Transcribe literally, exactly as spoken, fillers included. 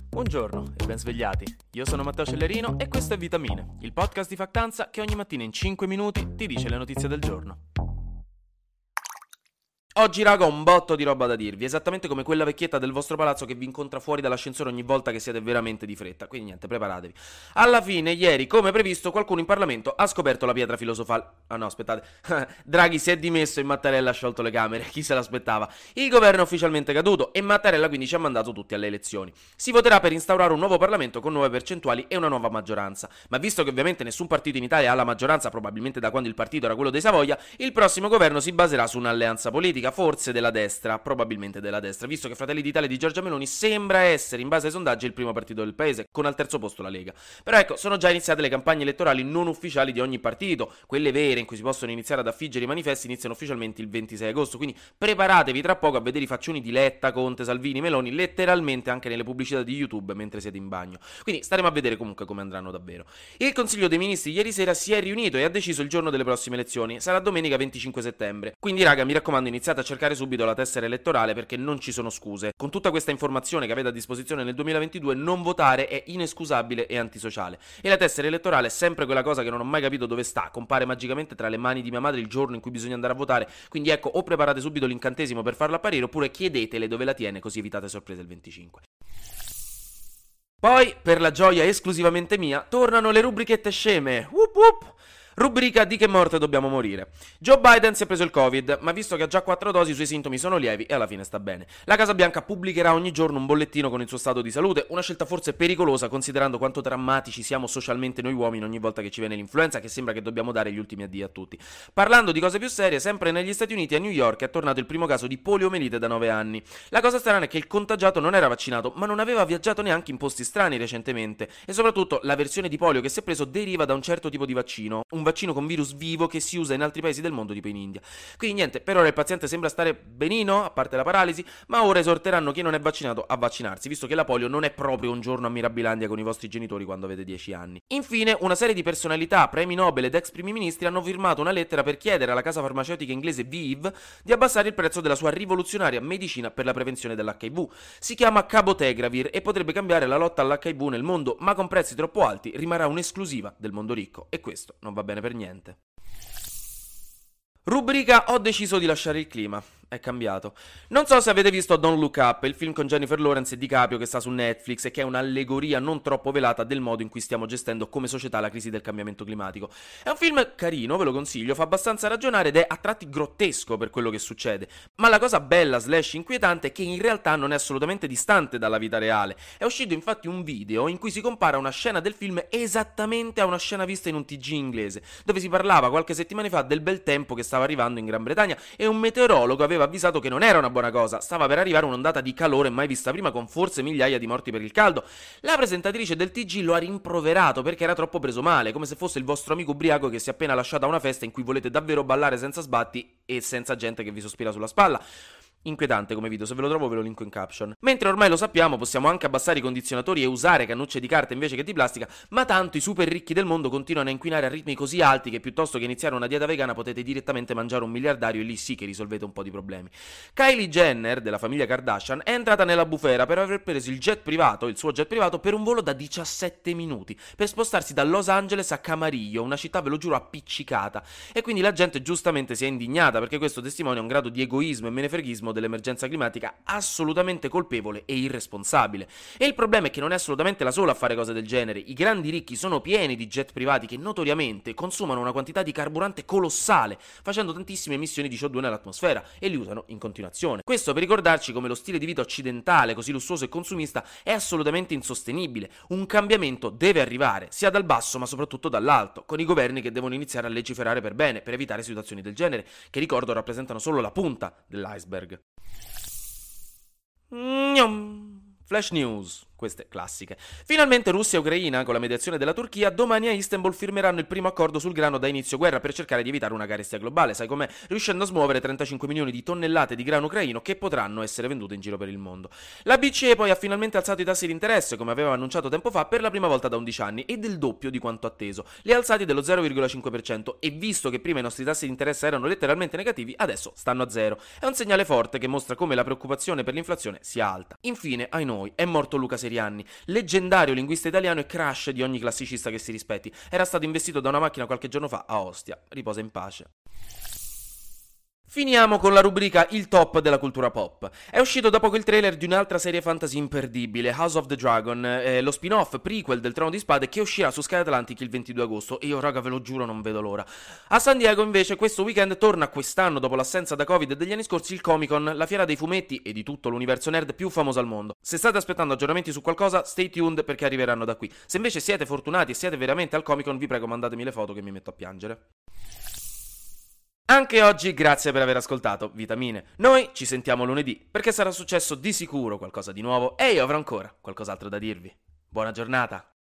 Buongiorno e ben svegliati, io sono Matteo Cellerino e questo è Vitamine, il podcast di Factanza che ogni mattina in cinque minuti ti dice le notizie del giorno. Oggi raga ho un botto di roba da dirvi, esattamente come quella vecchietta del vostro palazzo che vi incontra fuori dall'ascensore ogni volta che siete veramente di fretta, quindi niente, preparatevi. Alla fine, ieri, come previsto, qualcuno in Parlamento ha scoperto la pietra filosofale. Ah no, aspettate, Draghi si è dimesso e Mattarella ha sciolto le Camere, chi se l'aspettava? Il governo è ufficialmente caduto e Mattarella quindi ci ha mandato tutti alle elezioni. Si voterà per instaurare un nuovo Parlamento con nuove percentuali e una nuova maggioranza, ma visto che ovviamente nessun partito in Italia ha la maggioranza, probabilmente da quando il partito era quello dei Savoia, il prossimo governo si baserà su un'alleanza politica, forse della destra, probabilmente della destra, visto che Fratelli d'Italia di Giorgia Meloni sembra essere, in base ai sondaggi, il primo partito del paese, con al terzo posto la Lega. Però ecco, sono già iniziate le campagne elettorali non ufficiali di ogni partito, quelle vere in cui si possono iniziare ad affiggere i manifesti iniziano ufficialmente il ventisei agosto, quindi preparatevi tra poco a vedere i faccioni di Letta, Conte, Salvini, Meloni, letteralmente anche nelle pubblicità di YouTube mentre siete in bagno. Quindi staremo a vedere comunque come andranno davvero. Il Consiglio dei Ministri ieri sera si è riunito e ha deciso il giorno delle prossime elezioni, sarà domenica venticinque settembre. Quindi raga, mi raccomando, iniziate a cercare subito la tessera elettorale perché non ci sono scuse. Con tutta questa informazione che avete a disposizione nel duemilaventidue, non votare è inescusabile e antisociale. E la tessera elettorale è sempre quella cosa che non ho mai capito dove sta, compare magicamente tra le mani di mia madre il giorno in cui bisogna andare a votare, quindi ecco, o preparate subito l'incantesimo per farla apparire oppure chiedetele dove la tiene così evitate sorprese il venticinque. Poi, per la gioia esclusivamente mia, tornano le rubrichette sceme. Whoop whoop! Rubrica di che morte dobbiamo morire. Joe Biden si è preso il Covid, ma visto che ha già quattro dosi i suoi sintomi sono lievi e alla fine sta bene. La Casa Bianca pubblicherà ogni giorno un bollettino con il suo stato di salute, una scelta forse pericolosa considerando quanto drammatici siamo socialmente noi uomini ogni volta che ci viene l'influenza, che sembra che dobbiamo dare gli ultimi addii a tutti. Parlando di cose più serie, sempre negli Stati Uniti a New York è tornato il primo caso di poliomelite da nove anni. La cosa strana è che il contagiato non era vaccinato, ma non aveva viaggiato neanche in posti strani recentemente e soprattutto la versione di polio che si è preso deriva da un certo tipo di vaccino, un vaccino con virus vivo che si usa in altri paesi del mondo tipo in India. Quindi niente, per ora il paziente sembra stare benino, a parte la paralisi, ma ora esorteranno chi non è vaccinato a vaccinarsi, visto che la polio non è proprio un giorno a Mirabilandia con i vostri genitori quando avete dieci anni. Infine, una serie di personalità, premi Nobel ed ex primi ministri hanno firmato una lettera per chiedere alla casa farmaceutica inglese Viv di abbassare il prezzo della sua rivoluzionaria medicina per la prevenzione dell'H I V. Si chiama Cabotegravir e potrebbe cambiare la lotta all'H I V nel mondo, ma con prezzi troppo alti rimarrà un'esclusiva del mondo ricco e questo non va bene per niente. Rubrica Ho deciso di lasciare il clima. È cambiato. Non so se avete visto Don't Look Up, il film con Jennifer Lawrence e DiCaprio che sta su Netflix e che è un'allegoria non troppo velata del modo in cui stiamo gestendo come società la crisi del cambiamento climatico. È un film carino, ve lo consiglio, fa abbastanza ragionare ed è a tratti grottesco per quello che succede. Ma la cosa bella slash inquietante è che in realtà non è assolutamente distante dalla vita reale. È uscito infatti un video in cui si compara una scena del film esattamente a una scena vista in un T G inglese, dove si parlava qualche settimana fa del bel tempo che stava arrivando in Gran Bretagna e un meteorologo aveva avvisato che non era una buona cosa, stava per arrivare un'ondata di calore mai vista prima con forse migliaia di morti per il caldo. La presentatrice del T G lo ha rimproverato perché era troppo preso male, come se fosse il vostro amico ubriaco che si è appena lasciato a una festa in cui volete davvero ballare senza sbatti e senza gente che vi sospira sulla spalla. Inquietante come video, se ve lo trovo ve lo linko in caption. Mentre ormai lo sappiamo, possiamo anche abbassare i condizionatori e usare cannucce di carta invece che di plastica, ma tanto i super ricchi del mondo continuano a inquinare a ritmi così alti che piuttosto che iniziare una dieta vegana potete direttamente mangiare un miliardario e lì sì che risolvete un po' di problemi. Kylie Jenner, della famiglia Kardashian, è entrata nella bufera per aver preso il jet privato, il suo jet privato, per un volo da diciassette minuti, per spostarsi da Los Angeles a Camarillo, una città, ve lo giuro, appiccicata. E quindi la gente giustamente si è indignata perché questo testimonia un grado di egoismo e menefreghismo dell'emergenza climatica assolutamente colpevole e irresponsabile. E il problema è che non è assolutamente la sola a fare cose del genere. I grandi ricchi sono pieni di jet privati che notoriamente consumano una quantità di carburante colossale, facendo tantissime emissioni di C O due nell'atmosfera e li usano in continuazione. Questo per ricordarci come lo stile di vita occidentale, così lussuoso e consumista, è assolutamente insostenibile. Un cambiamento deve arrivare, sia dal basso ma soprattutto dall'alto, con i governi che devono iniziare a legiferare per bene, per evitare situazioni del genere, che ricordo rappresentano solo la punta dell'iceberg. Flash news. queste classiche. Finalmente Russia e Ucraina, con la mediazione della Turchia, domani a Istanbul firmeranno il primo accordo sul grano da inizio guerra per cercare di evitare una carestia globale, sai com'è? Riuscendo a smuovere trentacinque milioni di tonnellate di grano ucraino che potranno essere vendute in giro per il mondo. La B C E poi ha finalmente alzato i tassi di interesse, come aveva annunciato tempo fa, per la prima volta da undici anni e del doppio di quanto atteso. Li ha alzati dello zero virgola cinque per cento e visto che prima i nostri tassi di interesse erano letteralmente negativi, adesso stanno a zero. È un segnale forte che mostra come la preoccupazione per l'inflazione sia alta. Infine, ai noi, è morto Luca Segnini, seri anni, leggendario linguista italiano e crush di ogni classicista che si rispetti. Era stato investito da una macchina qualche giorno fa a Ostia. Riposa in pace. Finiamo con la rubrica Il top della cultura pop. È uscito da poco il trailer di un'altra serie fantasy imperdibile, House of the Dragon, eh, lo spin-off prequel del Trono di Spade che uscirà su Sky Atlantic il ventidue agosto e io raga ve lo giuro non vedo l'ora. A San Diego invece questo weekend torna quest'anno dopo l'assenza da Covid degli anni scorsi il Comic Con, la fiera dei fumetti e di tutto l'universo nerd più famoso al mondo. Se state aspettando aggiornamenti su qualcosa, stay tuned perché arriveranno da qui. Se invece siete fortunati e siete veramente al Comic Con vi prego mandatemi le foto che mi metto a piangere. Anche oggi grazie per aver ascoltato Vitamine. Noi ci sentiamo lunedì perché sarà successo di sicuro qualcosa di nuovo e io avrò ancora qualcos'altro da dirvi. Buona giornata!